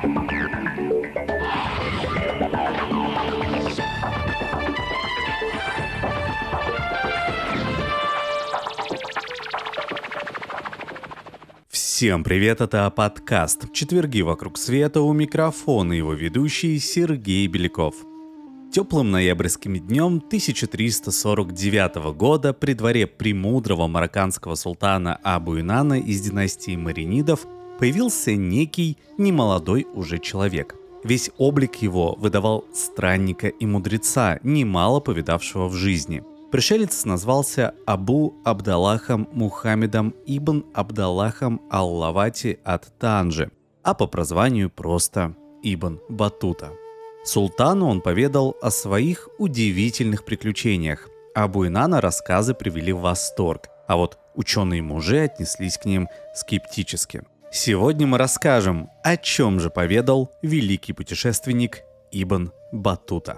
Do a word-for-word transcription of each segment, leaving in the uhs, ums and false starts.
Всем привет, это подкаст «Четверги вокруг света», у микрофона его ведущий Сергей Беляков. Теплым ноябрьским днем тысяча триста сорок девятого года при дворе премудрого марокканского султана Абу-Инана из династии Маринидов появился некий немолодой уже человек. Весь облик его выдавал странника и мудреца, немало повидавшего в жизни. Пришелец назвался Абу Абдаллахом Мухаммедом ибн Абдаллахом Аль-Лавати от Танжи, а по прозванию просто Ибн Батута. Султану он поведал о своих удивительных приключениях. Абу-Инана рассказы привели в восторг, а вот ученые-мужи отнеслись к ним скептически. Сегодня мы расскажем, о чем же поведал великий путешественник Ибн Батута.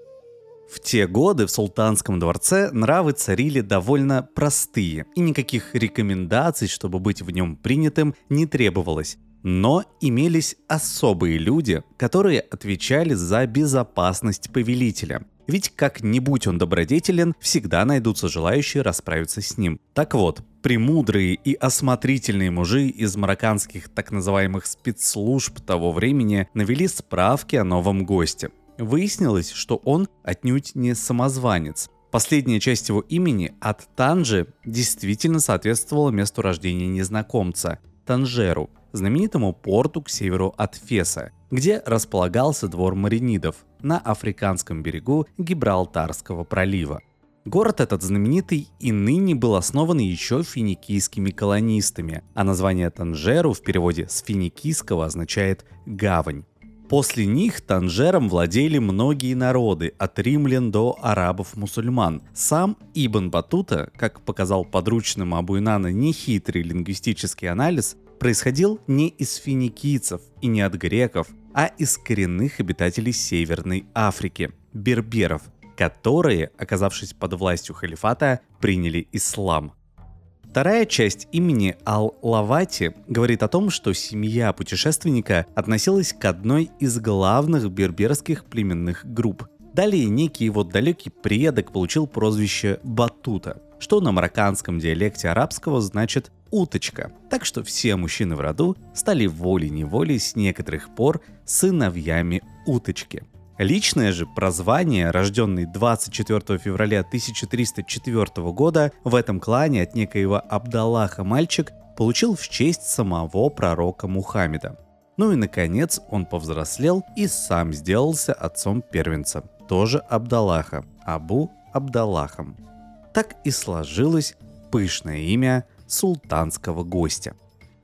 В те годы в султанском дворце нравы царили довольно простые, и никаких рекомендаций, чтобы быть в нем принятым, не требовалось. Но имелись особые люди, которые отвечали за безопасность повелителя. Ведь как-нибудь он добродетелен, всегда найдутся желающие расправиться с ним. Так вот, премудрые и осмотрительные мужи из марокканских так называемых спецслужб того времени навели справки о новом госте. Выяснилось, что он отнюдь не самозванец. Последняя часть его имени от Танжи действительно соответствовала месту рождения незнакомца – Танжеру, знаменитому порту к северу от Феса, где располагался двор маринидов на африканском берегу Гибралтарского пролива. Город этот знаменитый и ныне был основан еще финикийскими колонистами, а название Танжеру в переводе с финикийского означает «гавань». После них Танжером владели многие народы, от римлян до арабов-мусульман. Сам Ибн Батута, как показал подручным Абу-Инана нехитрый лингвистический анализ, происходил не из финикийцев и не от греков, а из коренных обитателей Северной Африки – берберов, которые, оказавшись под властью халифата, приняли ислам. Вторая часть имени Аль-Лавати говорит о том, что семья путешественника относилась к одной из главных берберских племенных групп. Далее некий его далекий предок получил прозвище Батута, что на марокканском диалекте арабского значит «уточка». Так что все мужчины в роду стали волей-неволей с некоторых пор сыновьями уточки. Личное же прозвание, рожденный двадцать четвёртого февраля тысяча триста четвёртого года, в этом клане от некоего Абдаллаха мальчик получил в честь самого пророка Мухаммеда. Ну и наконец он повзрослел и сам сделался отцом первенца, тоже Абдаллаха, Абу Абдаллахом. Так и сложилось пышное имя султанского гостя.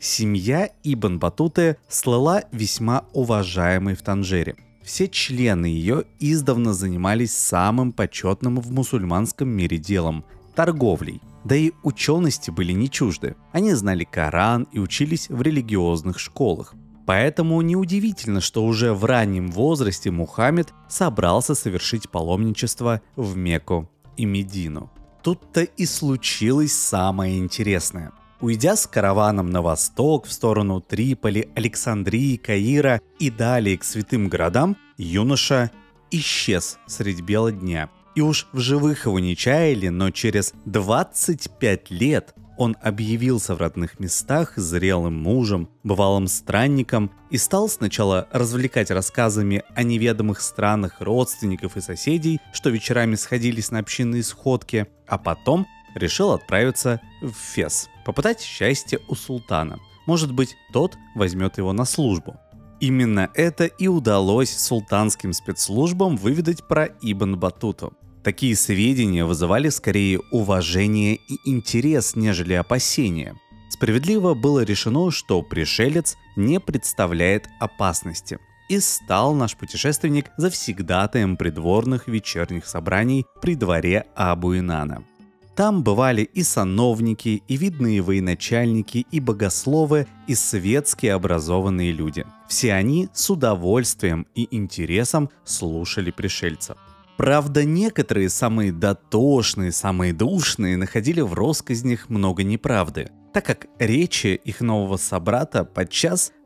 Семья Ибн Батуты слыла весьма уважаемой в Танжере. Все члены ее издавна занимались самым почетным в мусульманском мире делом – торговлей. Да и учености были не чужды. Они знали Коран и учились в религиозных школах. Поэтому неудивительно, что уже в раннем возрасте Мухаммед собрался совершить паломничество в Мекку и Медину. Тут-то и случилось самое интересное. Уйдя с караваном на восток, в сторону Триполи, Александрии, Каира и далее к святым городам, юноша исчез средь бела дня. И уж в живых его не чаяли, но через двадцать пять лет он объявился в родных местах зрелым мужем, бывалым странником и стал сначала развлекать рассказами о неведомых странах родственников и соседей, что вечерами сходились на общинные сходки, а потом решил отправиться в Фес, попытать счастье у султана. Может быть, тот возьмет его на службу. Именно это и удалось султанским спецслужбам выведать про Ибн Батуту. Такие сведения вызывали скорее уважение и интерес, нежели опасения. Справедливо было решено, что пришелец не представляет опасности. И стал наш путешественник завсегдатаем придворных вечерних собраний при дворе Абу-Инана. Там бывали и сановники, и видные военачальники, и богословы, и светски образованные люди. Все они с удовольствием и интересом слушали пришельцев. Правда, некоторые, самые дотошные, самые душные, находили в россказнях много неправды, так как речи их нового собрата подчас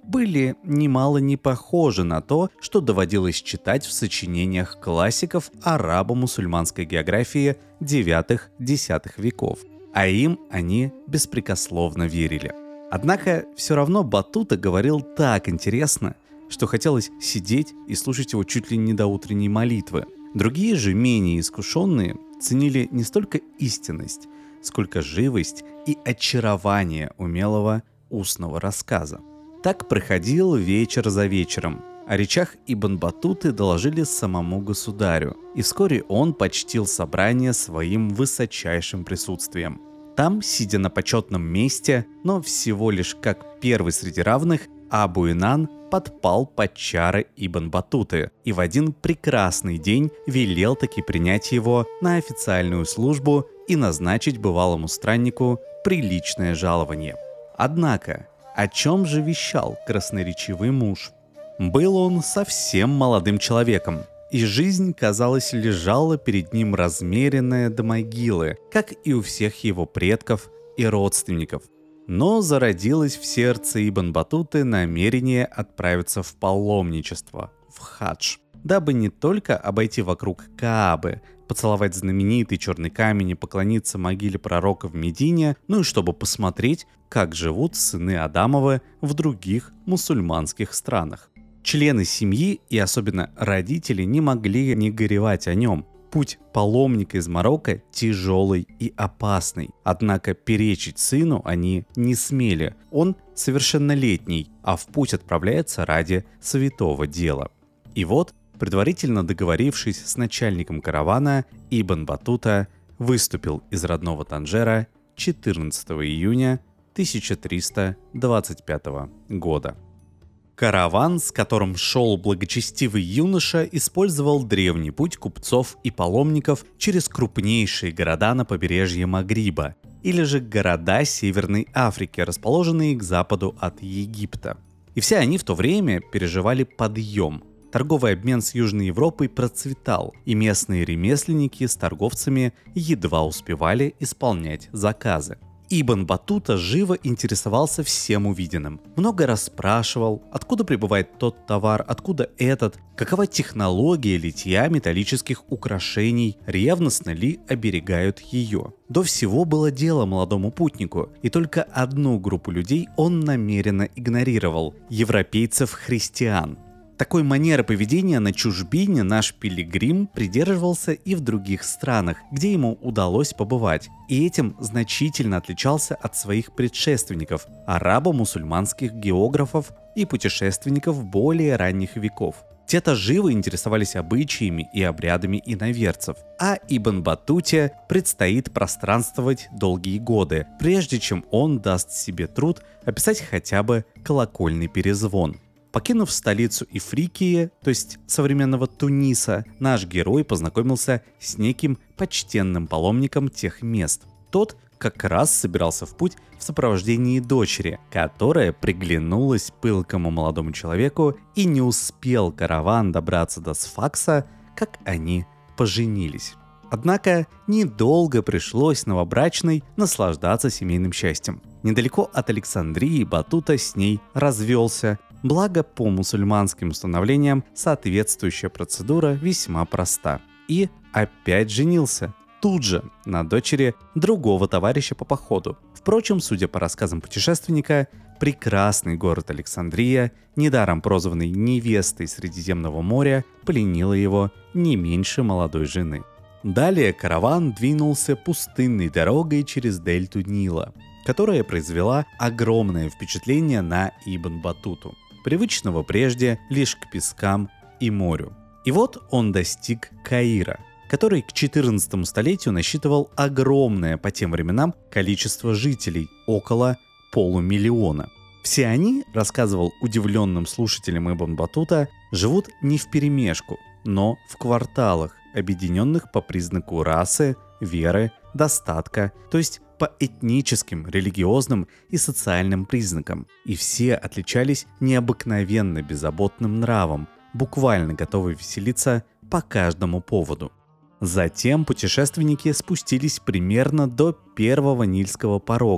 были немало не похожи на то, что доводилось читать в сочинениях классиков арабо-мусульманской географии девятых-десятых веков, а им они беспрекословно верили. Однако все равно Батута говорил так интересно, что хотелось сидеть и слушать его чуть ли не до утренней молитвы. Другие же, менее искушенные, ценили не столько истинность, сколько живость и очарование умелого устного рассказа. Так проходил вечер за вечером. О речах Ибн Батуты доложили самому государю, и вскоре он почтил собрание своим высочайшим присутствием. Там, сидя на почетном месте, но всего лишь как первый среди равных, Абу Инан подпал под чары Ибн Батуты и в один прекрасный день велел таки принять его на официальную службу и назначить бывалому страннику приличное жалование. Однако, о чем же вещал красноречивый муж? Был он совсем молодым человеком, и жизнь, казалось, лежала перед ним размеренная до могилы, как и у всех его предков и родственников. Но зародилось в сердце Ибн Батуты намерение отправиться в паломничество, в хадж, дабы не только обойти вокруг Каабы, поцеловать знаменитый черный камень и поклониться могиле пророка в Медине, ну и чтобы посмотреть, как живут сыны Адамовы в других мусульманских странах. Члены семьи и особенно родители не могли не горевать о нем. Путь паломника из Марокко тяжелый и опасный, однако перечить сыну они не смели. Он совершеннолетний, а в путь отправляется ради святого дела. И вот, предварительно договорившись с начальником каравана, Ибн Батута выступил из родного Танжера четырнадцатого июня тысяча триста двадцать пятого года. Караван, с которым шел благочестивый юноша, использовал древний путь купцов и паломников через крупнейшие города на побережье Магриба, или же города Северной Африки, расположенные к западу от Египта. И все они в то время переживали подъем. Торговый обмен с Южной Европой процветал, и местные ремесленники с торговцами едва успевали исполнять заказы. Ибн Батута живо интересовался всем увиденным. Много раз спрашивал, откуда прибывает тот товар, откуда этот, какова технология литья металлических украшений, ревностно ли оберегают ее. До всего было дело молодому путнику, и только одну группу людей он намеренно игнорировал – европейцев-христиан. Такой манеры поведения на чужбине наш пилигрим придерживался и в других странах, где ему удалось побывать, и этим значительно отличался от своих предшественников, арабо-мусульманских географов и путешественников более ранних веков. Те-то живо интересовались обычаями и обрядами иноверцев, а Ибн Батуте предстоит пространствовать долгие годы, прежде чем он даст себе труд описать хотя бы колокольный перезвон. Покинув столицу Ифрикии, то есть современного Туниса, наш герой познакомился с неким почтенным паломником тех мест. Тот как раз собирался в путь в сопровождении дочери, которая приглянулась пылкому молодому человеку, и не успел караван добраться до Сфакса, как они поженились. Однако недолго пришлось новобрачной наслаждаться семейным счастьем. Недалеко от Александрии Батута с ней развелся. Благо, по мусульманским установлениям соответствующая процедура весьма проста. И опять женился. Тут же на дочери другого товарища по походу. Впрочем, судя по рассказам путешественника, прекрасный город Александрия, недаром прозванный невестой Средиземного моря, пленила его не меньше молодой жены. Далее караван двинулся пустынной дорогой через дельту Нила, которая произвела огромное впечатление на Ибн Батуту, привычного прежде лишь к пескам и морю. И вот он достиг Каира, который к четырнадцатому столетию насчитывал огромное по тем временам количество жителей, около полумиллиона. Все они, рассказывал удивленным слушателям Ибн Батута, живут не вперемешку, но в кварталах, объединенных по признаку расы, веры, достатка, то есть по этническим, религиозным и социальным признакам. И все отличались необыкновенно беззаботным нравом, буквально готовы веселиться по каждому поводу. Затем путешественники спустились примерно до первого Нильского порога,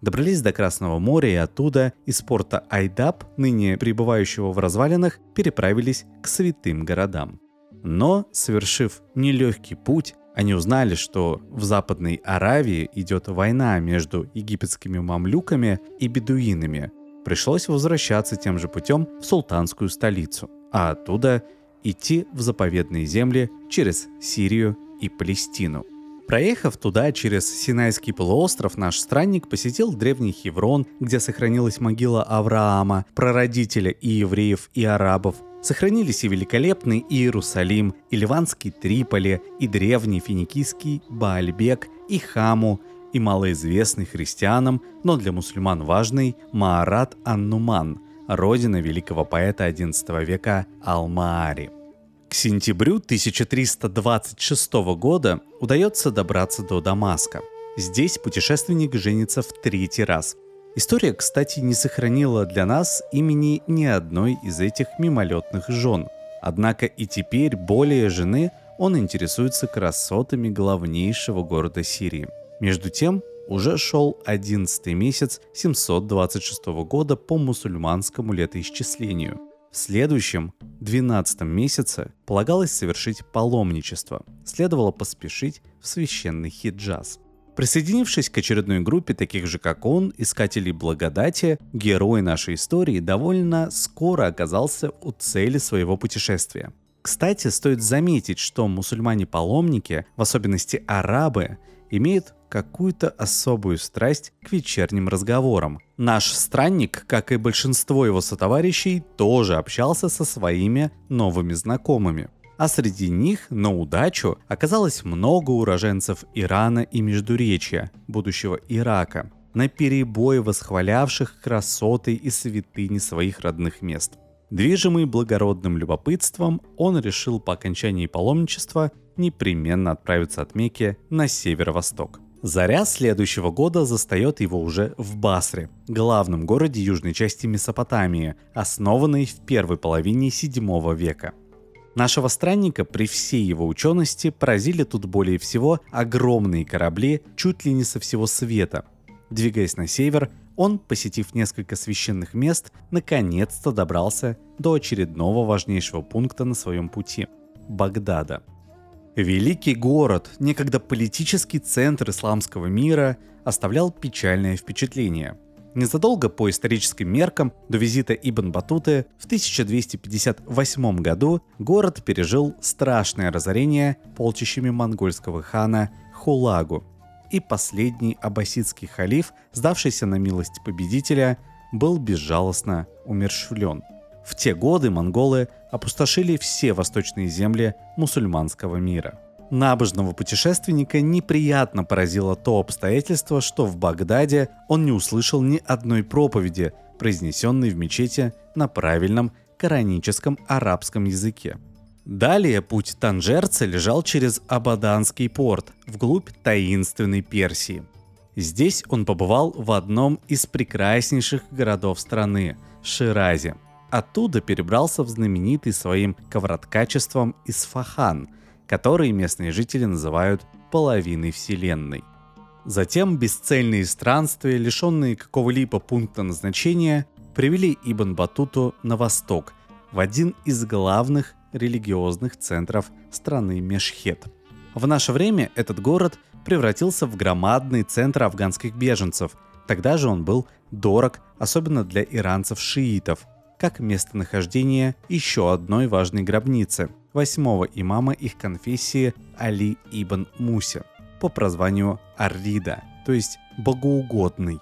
добрались до Красного моря и оттуда, из порта Айдаб, ныне пребывающего в развалинах, переправились к святым городам. Но, совершив нелегкий путь, они узнали, что в Западной Аравии идет война между египетскими мамлюками и бедуинами. Пришлось возвращаться тем же путем в султанскую столицу, а оттуда идти в заповедные земли через Сирию и Палестину. Проехав туда через Синайский полуостров, наш странник посетил древний Хеврон, где сохранилась могила Авраама, прародителя и евреев, и арабов. Сохранились и великолепный Иерусалим, и ливанский Триполи, и древний финикийский Баальбек, и Хаму, и малоизвестный христианам, но для мусульман важный Маарат ан-Нуман, родина великого поэта одиннадцатого века Ал-Маари. К сентябрю тысяча триста двадцать шестого года удается добраться до Дамаска. Здесь путешественник женится в третий раз. История, кстати, не сохранила для нас имени ни одной из этих мимолетных жен. Однако и теперь более жены он интересуется красотами главнейшего города Сирии. Между тем, уже шел одиннадцатый месяц семьсот двадцать шестого года по мусульманскому летоисчислению. В следующем, двенадцатом месяце, полагалось совершить паломничество. Следовало поспешить в священный Хиджаз. Присоединившись к очередной группе таких же, как он, искателей благодати, герой нашей истории довольно скоро оказался у цели своего путешествия. Кстати, стоит заметить, что мусульмане-паломники, в особенности арабы, имеют какую-то особую страсть к вечерним разговорам. Наш странник, как и большинство его сотоварищей, тоже общался со своими новыми знакомыми. А среди них, на удачу, оказалось много уроженцев Ирана и Междуречья, будущего Ирака, наперебой восхвалявших красоты и святыни своих родных мест. Движимый благородным любопытством, он решил по окончании паломничества непременно отправиться от Мекки на северо-восток. Заря следующего года застает его уже в Басре, главном городе южной части Месопотамии, основанной в первой половине седьмого века. Нашего странника при всей его учености поразили тут более всего огромные корабли чуть ли не со всего света. Двигаясь на север, он, посетив несколько священных мест, наконец-то добрался до очередного важнейшего пункта на своем пути – Багдада. Великий город, некогда политический центр исламского мира, оставлял печальное впечатление. Незадолго по историческим меркам до визита Ибн Батуты в тысяча двести пятьдесят восьмом году город пережил страшное разорение полчищами монгольского хана Хулагу, и последний аббасидский халиф, сдавшийся на милость победителя, был безжалостно умерщвлен. В те годы монголы опустошили все восточные земли мусульманского мира. Набожного путешественника неприятно поразило то обстоятельство, что в Багдаде он не услышал ни одной проповеди, произнесенной в мечети на правильном кораническом арабском языке. Далее путь танжерца лежал через Абаданский порт, вглубь таинственной Персии. Здесь он побывал в одном из прекраснейших городов страны – Ширазе. Оттуда перебрался в знаменитый своим ковроткачеством Исфахан, который местные жители называют «половиной вселенной». Затем бесцельные странствия, лишенные какого-либо пункта назначения, привели Ибн Батуту на восток, в один из главных религиозных центров страны Мешхет. В наше время этот город превратился в громадный центр афганских беженцев. Тогда же он был дорог, особенно для иранцев-шиитов, как местонахождение еще одной важной гробницы – восьмого имама их конфессии Али ибн Муся, по прозванию Ар-Рида, то есть богоугодный.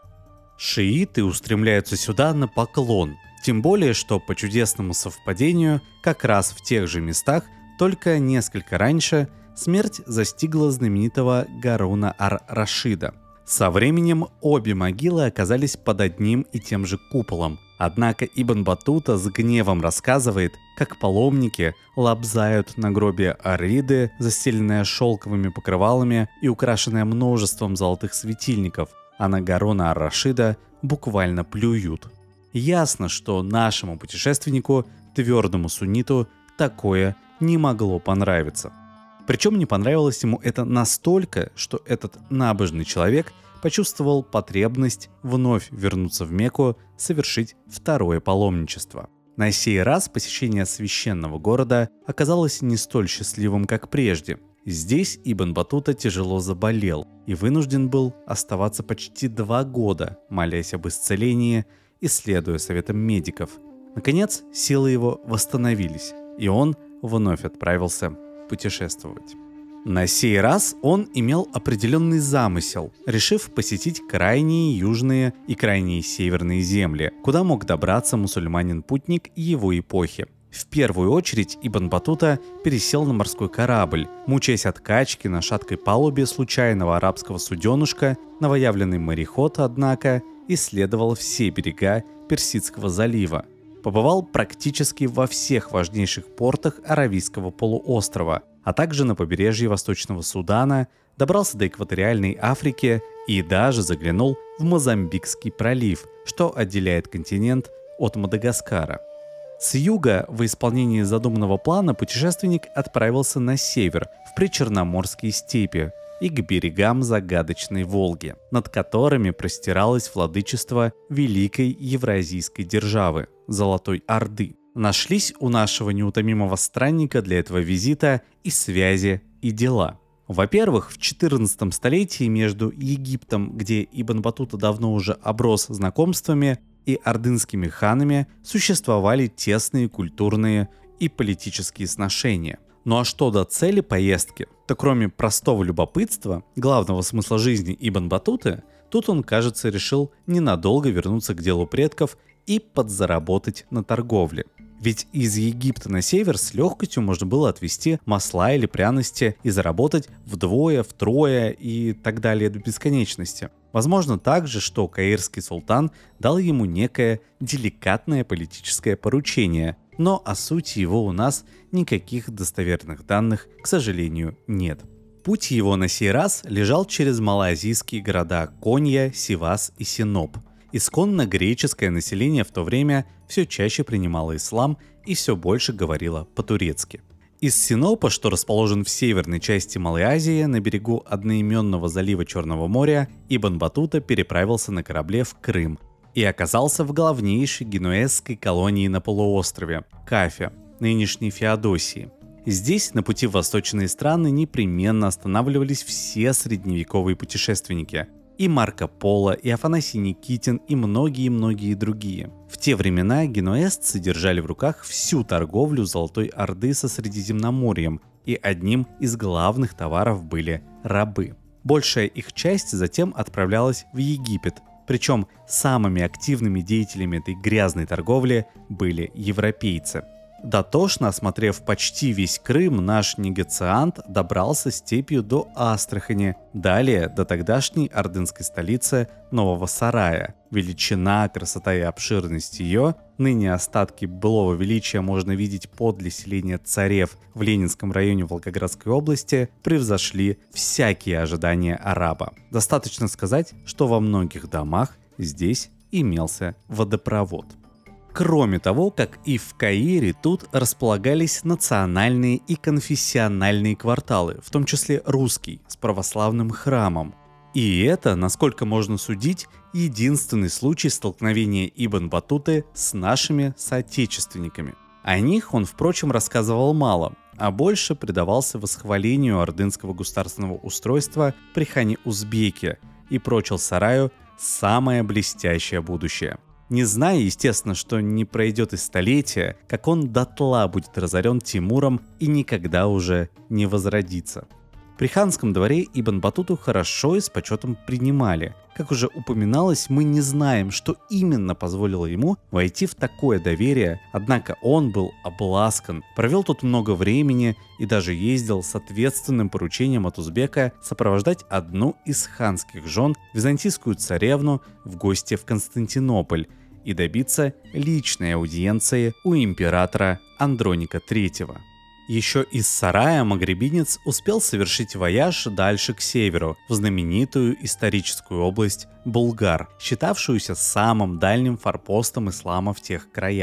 Шииты устремляются сюда на поклон, тем более, что по чудесному совпадению, как раз в тех же местах, только несколько раньше, смерть застигла знаменитого Гаруна ар-Рашида. Со временем обе могилы оказались под одним и тем же куполом. Однако Ибн Батута с гневом рассказывает, как паломники лобзают надгробие Ар-Риды, застеленное шелковыми покрывалами и украшенное множеством золотых светильников, а на Гаруна ар-Рашида буквально плюют. Ясно, что нашему путешественнику, твердому сунниту, такое не могло понравиться. Причем не понравилось ему это настолько, что этот набожный человек почувствовал потребность вновь вернуться в Мекку, совершить второе паломничество. На сей раз посещение священного города оказалось не столь счастливым, как прежде. Здесь Ибн Батута тяжело заболел и вынужден был оставаться почти два года, молясь об исцелении и следуя советам медиков. Наконец, силы его восстановились, и он вновь отправился путешествовать. На сей раз он имел определенный замысел, решив посетить крайние южные и крайние северные земли, куда мог добраться мусульманин-путник его эпохи. В первую очередь Ибн Батута пересел на морской корабль, мучаясь от качки на шаткой палубе случайного арабского суденышка. Новоявленный мореход, однако, исследовал все берега Персидского залива, побывал практически во всех важнейших портах Аравийского полуострова, а также на побережье Восточного Судана, добрался до экваториальной Африки и даже заглянул в Мозамбикский пролив, что отделяет континент от Мадагаскара. С юга в исполнении задуманного плана путешественник отправился на север, в причерноморские степи и к берегам загадочной Волги, над которыми простиралось владычество великой евразийской державы – Золотой Орды. Нашлись у нашего неутомимого странника для этого визита и связи, и дела. Во-первых, в четырнадцатом столетии между Египтом, где Ибн Батута давно уже оброс знакомствами, и ордынскими ханами существовали тесные культурные и политические сношения. Ну а что до цели поездки, то кроме простого любопытства, главного смысла жизни Ибн Батуты, тут он, кажется, решил ненадолго вернуться к делу предков и подзаработать на торговле. Ведь из Египта на север с легкостью можно было отвезти масла или пряности и заработать вдвое, втрое и так далее до бесконечности. Возможно также, что каирский султан дал ему некое деликатное политическое поручение, но о сути его у нас никаких достоверных данных, к сожалению, нет. Путь его на сей раз лежал через малоазийские города Конья, Сивас и Синоп. Исконно греческое население в то время все чаще принимало ислам и все больше говорило по-турецки. Из Синопа, что расположен в северной части Малой Азии, на берегу одноименного залива Черного моря, Ибн Батута переправился на корабле в Крым и оказался в главнейшей генуэзской колонии на полуострове – Кафе, нынешней Феодосии. Здесь на пути в восточные страны непременно останавливались все средневековые путешественники – и Марко Поло, и Афанасий Никитин, и многие-многие другие. В те времена генуэзцы держали в руках всю торговлю Золотой Орды со Средиземноморьем, и одним из главных товаров были рабы. Большая их часть затем отправлялась в Египет, причем самыми активными деятелями этой грязной торговли были европейцы. Дотошно осмотрев почти весь Крым, наш негациант добрался степью до Астрахани, далее до тогдашней ордынской столицы Нового Сарая. Величина, красота и обширность ее, ныне остатки былого величия можно видеть подле селения Царев в Ленинском районе Волгоградской области, превзошли всякие ожидания араба. Достаточно сказать, что во многих домах здесь имелся водопровод. Кроме того, как и в Каире, тут располагались национальные и конфессиональные кварталы, в том числе русский, с православным храмом. И это, насколько можно судить, единственный случай столкновения Ибн Батуты с нашими соотечественниками. О них он, впрочем, рассказывал мало, а больше предавался восхвалению ордынского государственного устройства при хане Узбеке и прочил Сараю самое блестящее будущее. Не зная, естественно, что не пройдет и столетия, как он дотла будет разорен Тимуром и никогда уже не возродится. При ханском дворе Ибн Батуту хорошо и с почетом принимали. Как уже упоминалось, мы не знаем, что именно позволило ему войти в такое доверие, однако он был обласкан, провел тут много времени и даже ездил с ответственным поручением от узбека сопровождать одну из ханских жен, византийскую царевну, в гости в Константинополь и добиться личной аудиенции у императора Андроника третьего. Еще из Сарая магребинец успел совершить вояж дальше к северу, в знаменитую историческую область Булгар, считавшуюся самым дальним форпостом ислама в тех краях.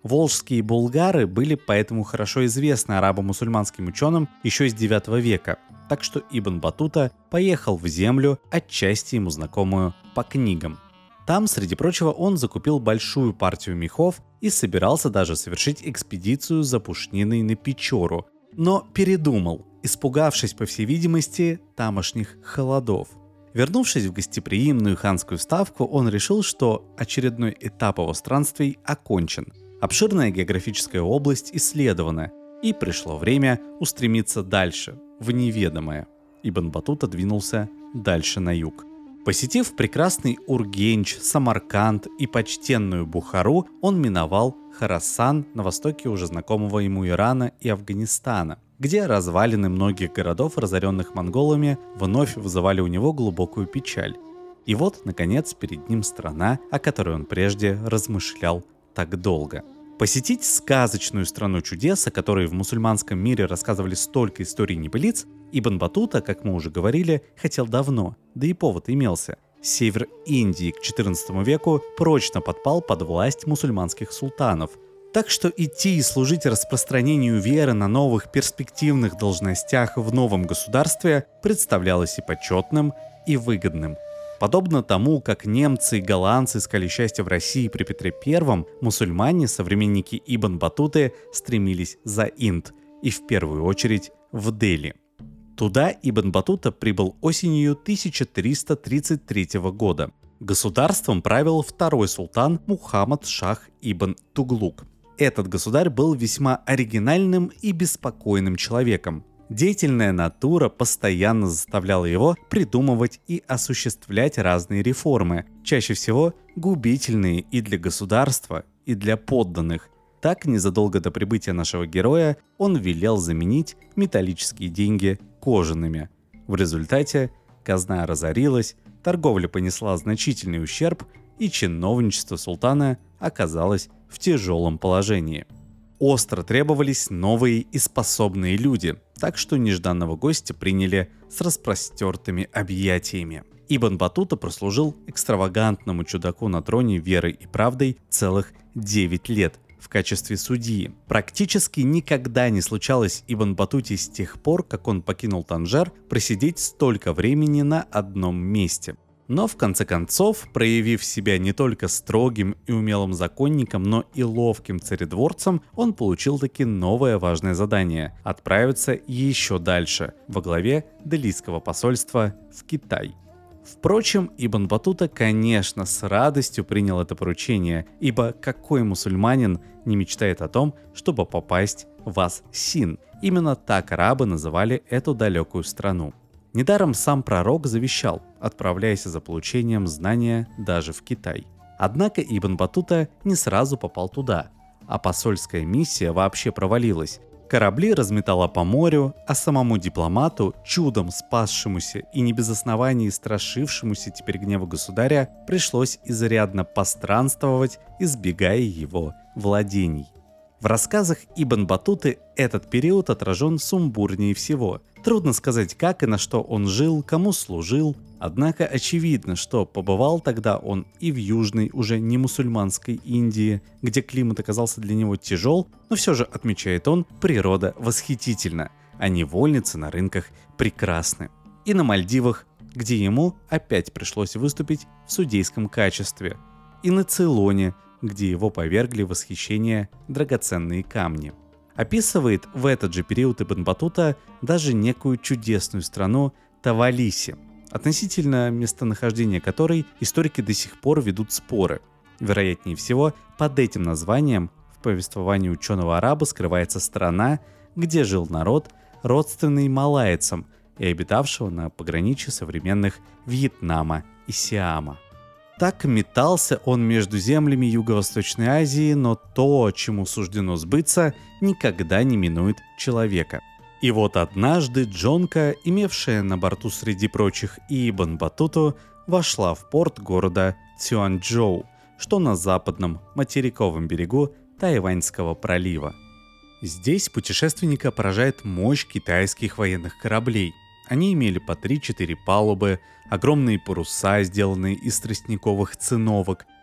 Волжские булгары были поэтому хорошо известны арабо-мусульманским ученым еще с девятого века, так что Ибн Батута поехал в землю, отчасти ему знакомую по книгам. Там, среди прочего, он закупил большую партию мехов и собирался даже совершить экспедицию за пушниной на Печору, но передумал, испугавшись, по всей видимости, тамошних холодов. Вернувшись в гостеприимную ханскую ставку, он решил, что очередной этап его странствий окончен. Обширная географическая область исследована, и пришло время устремиться дальше, в неведомое. Ибн Батута двинулся дальше на юг. Посетив прекрасный Ургенч, Самарканд и почтенную Бухару, он миновал Хорасан на востоке уже знакомого ему Ирана и Афганистана, где развалины многих городов, разоренных монголами, вновь вызывали у него глубокую печаль. И вот, наконец, перед ним страна, о которой он прежде размышлял так долго. Посетить сказочную страну чудес, о которой в мусульманском мире рассказывали столько историй небылиц, Ибн Батута, как мы уже говорили, хотел давно, да и повод имелся. Север Индии к четырнадцатому веку прочно подпал под власть мусульманских султанов. Так что идти и служить распространению веры на новых перспективных должностях в новом государстве представлялось и почетным, и выгодным. Подобно тому, как немцы и голландцы искали счастье в России при Петре Первом, мусульмане, современники Ибн Батуты, стремились за Инд, и в первую очередь в Дели. Туда Ибн Батута прибыл осенью тысяча триста тридцать третьего года. Государством правил второй султан Мухаммад Шах ибн Туглук. Этот государь был весьма оригинальным и беспокойным человеком. Деятельная натура постоянно заставляла его придумывать и осуществлять разные реформы, чаще всего губительные и для государства, и для подданных. Так, незадолго до прибытия нашего героя, он велел заменить металлические деньги кожаными. В результате казна разорилась, торговля понесла значительный ущерб, и чиновничество султана оказалось в тяжелом положении. Остро требовались новые и способные люди, так что нежданного гостя приняли с распростертыми объятиями. Ибн Батута прослужил экстравагантному чудаку на троне верой и правдой целых девять лет в качестве судьи. Практически никогда не случалось Ибн Батуте с тех пор, как он покинул Танжер, просидеть столько времени на одном месте. Но в конце концов, проявив себя не только строгим и умелым законником, но и ловким царедворцем, он получил таки новое важное задание – отправиться еще дальше, во главе Делийского посольства в Китай. Впрочем, Ибн Батута, конечно, с радостью принял это поручение, ибо какой мусульманин не мечтает о том, чтобы попасть в Ас-Син? Именно так арабы называли эту далекую страну. Недаром сам пророк завещал, отправляясь за получением знания даже в Китай. Однако Ибн Батута не сразу попал туда, а посольская миссия вообще провалилась. Корабли разметало по морю, а самому дипломату, чудом спасшемуся и не без оснований страшившемуся теперь гнева государя, пришлось изрядно постранствовать, избегая его владений. В рассказах Ибн Батуты этот период отражен сумбурнее всего. Трудно сказать, как и на что он жил, кому служил, однако очевидно, что побывал тогда он и в южной, уже не мусульманской Индии, где климат оказался для него тяжел, но все же, отмечает он, природа восхитительна, а невольницы на рынках прекрасны. И на Мальдивах, где ему опять пришлось выступить в судейском качестве, и на Цейлоне, где его повергли в восхищение драгоценные камни. Описывает в этот же период Ибн Батута даже некую чудесную страну Тавалиси, относительно местонахождения которой историки до сих пор ведут споры. Вероятнее всего, под этим названием в повествовании ученого-араба скрывается страна, где жил народ, родственный малайцам и обитавшего на пограничье современных Вьетнама и Сиама. Так метался он между землями Юго-Восточной Азии, но то, чему суждено сбыться, никогда не минует человека. И вот однажды джонка, имевшая на борту среди прочих и Ибн Батуту, вошла в порт города Цюаньчжоу, что на западном материковом берегу Тайваньского пролива. Здесь путешественника поражает мощь китайских военных кораблей. Они имели по три-четыре палубы, огромные паруса, сделанные из тростниковых циновок,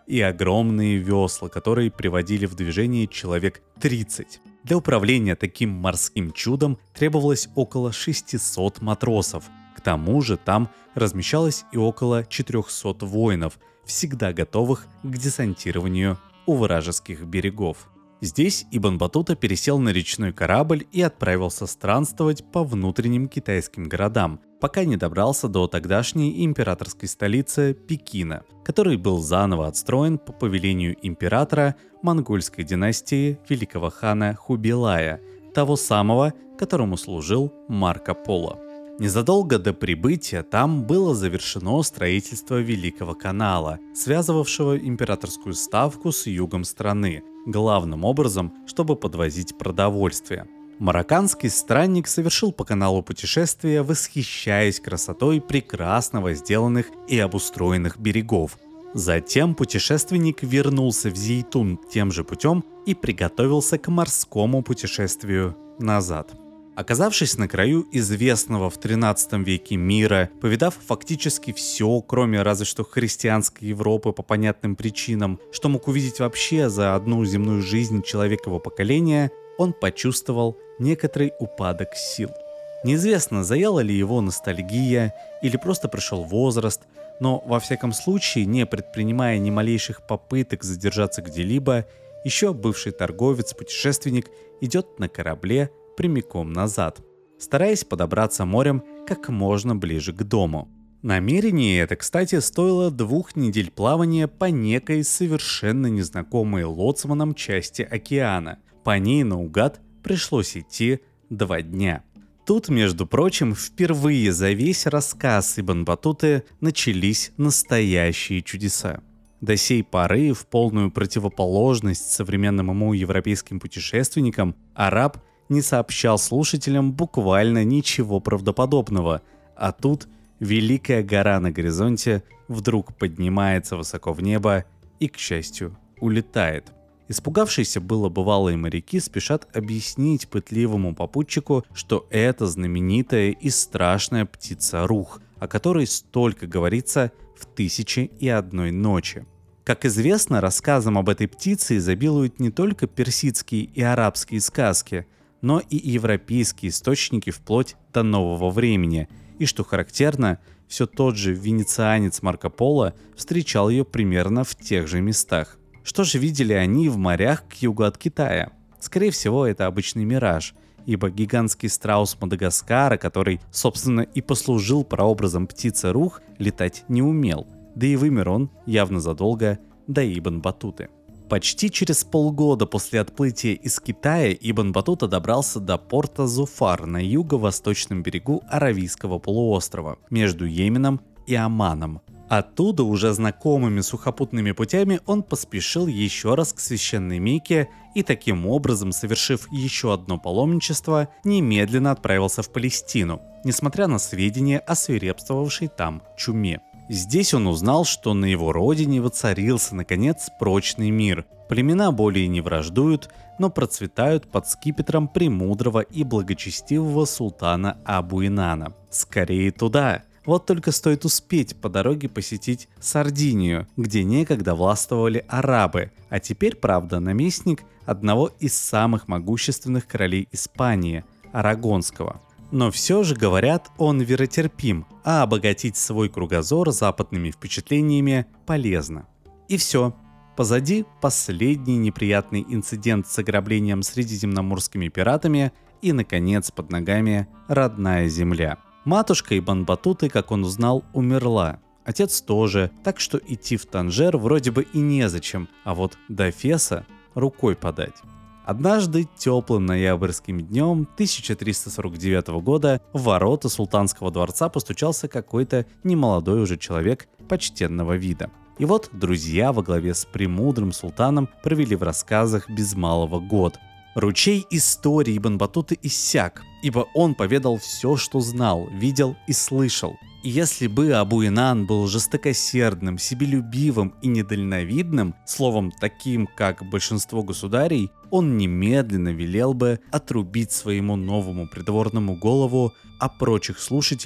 и огромные весла, которые приводили в движение человек тридцать. Для управления таким морским чудом требовалось около шестисот матросов. К тому же там размещалось и около четырехсот воинов, всегда готовых к десантированию у вражеских берегов. Здесь Ибн Батута пересел на речной корабль и отправился странствовать по внутренним китайским городам, пока не добрался до тогдашней императорской столицы Пекина, который был заново отстроен по повелению императора монгольской династии великого хана Хубилая, того самого, которому служил Марко Поло. Незадолго до прибытия там было завершено строительство Великого канала, связывавшего императорскую ставку с югом страны, главным образом, чтобы подвозить продовольствие. Марокканский странник совершил по каналу путешествие, восхищаясь красотой прекрасно сделанных и обустроенных берегов. Затем путешественник вернулся в Зейтун тем же путем и приготовился к морскому путешествию назад. Оказавшись на краю известного в тринадцатом веке мира, повидав фактически все, кроме разве что христианской Европы по понятным причинам, что мог увидеть вообще за одну земную жизнь человекового поколения, он почувствовал некоторый упадок сил. Неизвестно, заела ли его ностальгия или просто пришел возраст, но во всяком случае, не предпринимая ни малейших попыток задержаться где-либо, еще бывший торговец-путешественник идет на корабле прямиком назад, стараясь подобраться морем как можно ближе к дому. Намерение это, кстати, стоило двух недель плавания по некой совершенно незнакомой лоцманом части океана. По ней наугад пришлось идти два дня. Тут, между прочим, впервые за весь рассказ Ибн Батуты начались настоящие чудеса. До сей поры, в полную противоположность современным ему европейским путешественникам, араб не сообщал слушателям буквально ничего правдоподобного, а тут великая гора на горизонте вдруг поднимается высоко в небо и, к счастью, улетает. Испугавшиеся было бывалые моряки спешат объяснить пытливому попутчику, что это знаменитая и страшная птица Рух, о которой столько говорится в «Тысяче и одной ночи». Как известно, рассказам об этой птице изобилуют не только персидские и арабские сказки, но и европейские источники вплоть до нового времени, и, что характерно, все тот же венецианец Марко Поло встречал ее примерно в тех же местах. Что же видели они в морях к югу от Китая? Скорее всего, это обычный мираж, ибо гигантский страус Мадагаскара, который, собственно, и послужил прообразом птицы Рух, летать не умел, да и вымер он явно задолго до Ибн Батуты. Почти через полгода после отплытия из Китая Ибн Батута добрался до порта Зуфар на юго-восточном берегу Аравийского полуострова, между Йеменом и Оманом. Оттуда, уже знакомыми сухопутными путями, он поспешил еще раз к священной Мекке и таким образом, совершив еще одно паломничество, немедленно отправился в Палестину, несмотря на сведения о свирепствовавшей там чуме. Здесь он узнал, что на его родине воцарился, наконец, прочный мир. Племена более не враждуют, но процветают под скипетром премудрого и благочестивого султана Абу-Инана. Скорее туда! Вот только стоит успеть по дороге посетить Сардинию, где некогда властвовали арабы, а теперь, правда, наместник одного из самых могущественных королей Испании – Арагонского. Но все же, говорят, он веротерпим, а обогатить свой кругозор западными впечатлениями полезно. И все. Позади последний неприятный инцидент с ограблением средиземноморскими пиратами и, наконец, под ногами родная земля. Матушка Ибн Батуты, как он узнал, умерла. Отец тоже, так что идти в Танжер вроде бы и незачем, а вот до Феса рукой подать. Однажды теплым ноябрьским днем тысяча триста сорок девятого года в ворота султанского дворца постучался какой-то немолодой уже человек почтенного вида. И вот друзья во главе с премудрым султаном провели в рассказах без малого год. Ручей истории Ибн Батуты иссяк, ибо он поведал все, что знал, видел и слышал. И если бы Абу-Инан был жестокосердным, себелюбивым и недальновидным, словом, таким, как большинство государей, он немедленно велел бы отрубить своему новому придворному голову, а прочих слушателей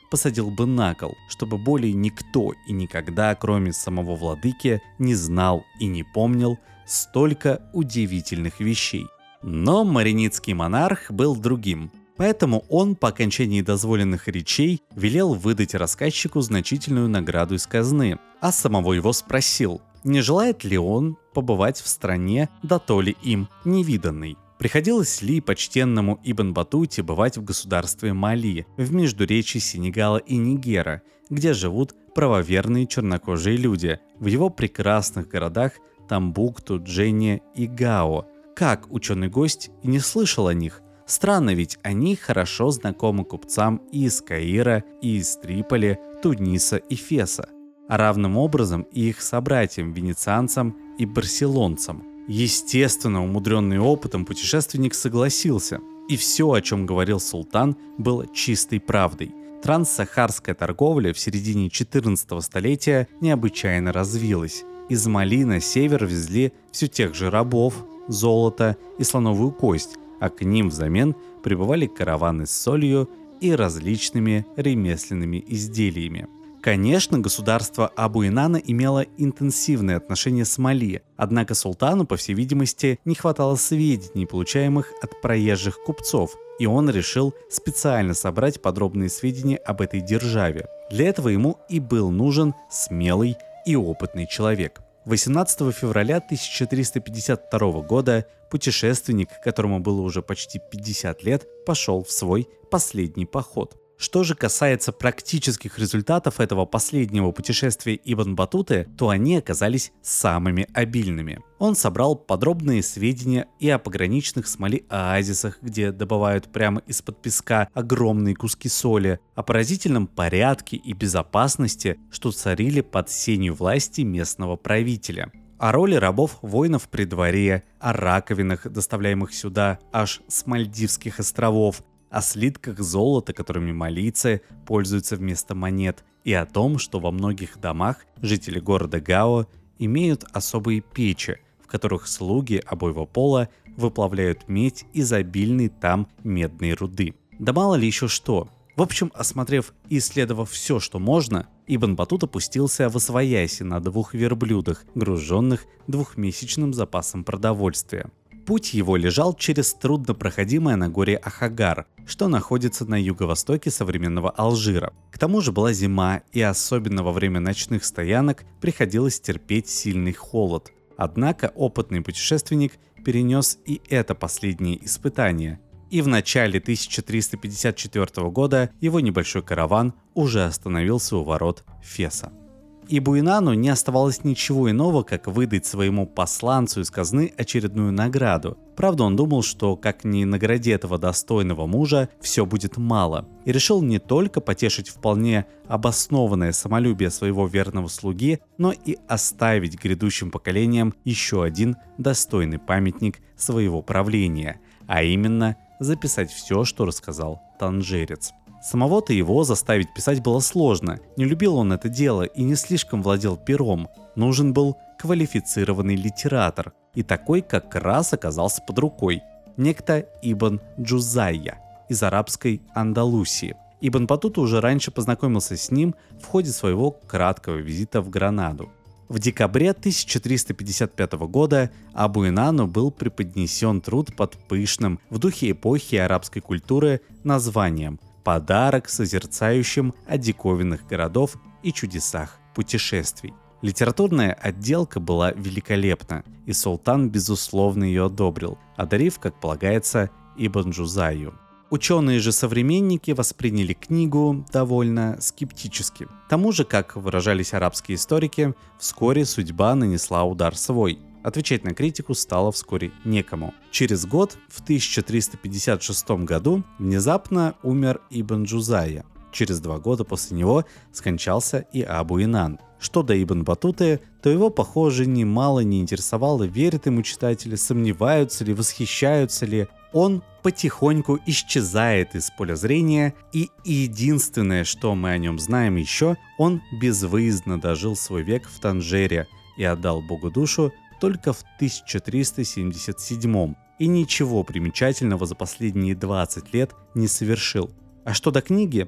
посадил бы на кол, чтобы более никто и никогда, кроме самого владыки, не знал и не помнил столько удивительных вещей. Но мариницкий монарх был другим. Поэтому он по окончании дозволенных речей велел выдать рассказчику значительную награду из казны, а самого его спросил, не желает ли он побывать в стране, да то ли им невиданной. Приходилось ли почтенному Ибн Батуте бывать в государстве Мали, в междуречии Сенегала и Нигера, где живут правоверные чернокожие люди, в его прекрасных городах Тамбукту, Дженне и Гао. Как ученый-гость и не слышал о них? Странно, ведь они хорошо знакомы купцам и из Каира, и из Триполи, Туниса и Феса, а равным образом и их собратьям, венецианцам и барселонцам. Естественно, умудренный опытом путешественник согласился, и все, о чем говорил султан, было чистой правдой. Транссахарская торговля в середине четырнадцатого столетия необычайно развилась. Из Мали на север везли все тех же рабов, золото и слоновую кость, а к ним взамен прибывали караваны с солью и различными ремесленными изделиями. Конечно, государство Абу-Инана имело интенсивные отношения с Мали, однако султану, по всей видимости, не хватало сведений, получаемых от проезжих купцов, и он решил специально собрать подробные сведения об этой державе. Для этого ему и был нужен смелый и опытный человек. восемнадцатого февраля тысяча триста пятьдесят второго года путешественник, которому было уже почти пятьдесят лет, пошел в свой последний поход. Что же касается практических результатов этого последнего путешествия Ибн Батуты, то они оказались самыми обильными. Он собрал подробные сведения и о пограничных с Мали оазисах, где добывают прямо из-под песка огромные куски соли, о поразительном порядке и безопасности, что царили под сенью власти местного правителя, о роли рабов-воинов при дворе, о раковинах, доставляемых сюда аж с Мальдивских островов, о слитках золота, которыми малийцы пользуются вместо монет, и о том, что во многих домах жители города Гао имеют особые печи, в которых слуги обоего пола выплавляют медь из обильной там медной руды. Да мало ли еще что. В общем, осмотрев и исследовав все, что можно, Ибн Батута пустился восвояси на двух верблюдах, груженных двухмесячным запасом продовольствия. Путь его лежал через труднопроходимое Нагорье Ахагар, что находится на юго-востоке современного Алжира. К тому же была зима, и особенно во время ночных стоянок приходилось терпеть сильный холод. Однако опытный путешественник перенес и это последнее испытание, и в начале тысяча триста пятьдесят четвёртого года его небольшой караван уже остановился у ворот Феса. Ибн-Инану не оставалось ничего иного, как выдать своему посланцу из казны очередную награду. Правда, он думал, что как ни награди этого достойного мужа, все будет мало, и решил не только потешить вполне обоснованное самолюбие своего верного слуги, но и оставить грядущим поколениям еще один достойный памятник своего правления, а именно записать все, что рассказал танжерец. Самого-то его заставить писать было сложно, не любил он это дело и не слишком владел пером. Нужен был квалифицированный литератор, и такой как раз оказался под рукой. Некто Ибн Джузайя из арабской Андалусии. Ибн Батута уже раньше познакомился с ним в ходе своего краткого визита в Гранаду. В декабре тысяча триста пятьдесят пятого года Абу-Инану был преподнесен труд под пышным, в духе эпохи арабской культуры, названием «Подарок созерцающим о диковинных городов и чудесах путешествий». Литературная отделка была великолепна, и султан безусловно ее одобрил, одарив, как полагается, Ибн Джузайю. Ученые же современники восприняли книгу довольно скептически. К тому же, как выражались арабские историки, вскоре судьба нанесла удар свой. Отвечать на критику стало вскоре некому. Через год, в тысяча триста пятьдесят шестом году, внезапно умер Ибн Джузайя. Через два года после него скончался и Абу-Инан. Что до Ибн Батуты, то его, похоже, немало не интересовало, верят ему читатели, сомневаются ли, восхищаются ли. Он потихоньку исчезает из поля зрения, и единственное, что мы о нем знаем еще, он безвыездно дожил свой век в Танжере и отдал Богу душу только в тысяча триста семьдесят седьмом, и ничего примечательного за последние двадцать лет не совершил. А что до книги,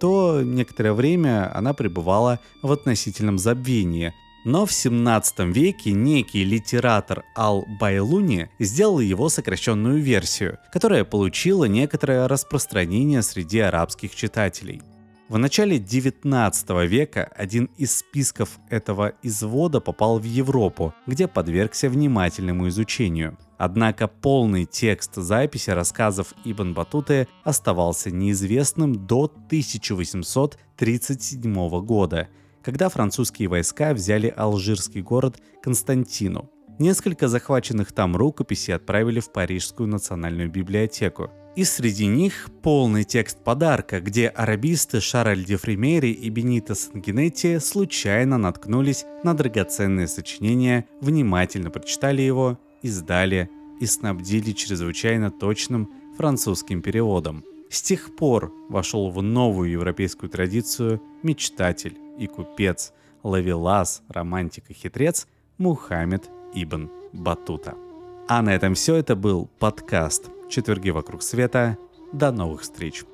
то некоторое время она пребывала в относительном забвении. Но в семнадцатом веке некий литератор Ал-Байлуни сделал его сокращенную версию, которая получила некоторое распространение среди арабских читателей. В начале девятнадцатого века один из списков этого извода попал в Европу, где подвергся внимательному изучению. Однако полный текст записи рассказов Ибн Баттуты оставался неизвестным до тысяча восемьсот тридцать седьмого года, когда французские войска взяли алжирский город Константину. Несколько захваченных там рукописей отправили в Парижскую национальную библиотеку. И среди них полный текст подарка, где арабисты Шарль де Фримери и Бенито Сангинетти случайно наткнулись на драгоценное сочинение, внимательно прочитали его, издали и снабдили чрезвычайно точным французским переводом. С тех пор вошел в новую европейскую традицию мечтатель и купец, ловелас, романтик и хитрец Мухаммед Ибн Баттута. А на этом все. Это был подкаст «Четверги вокруг света». До новых встреч!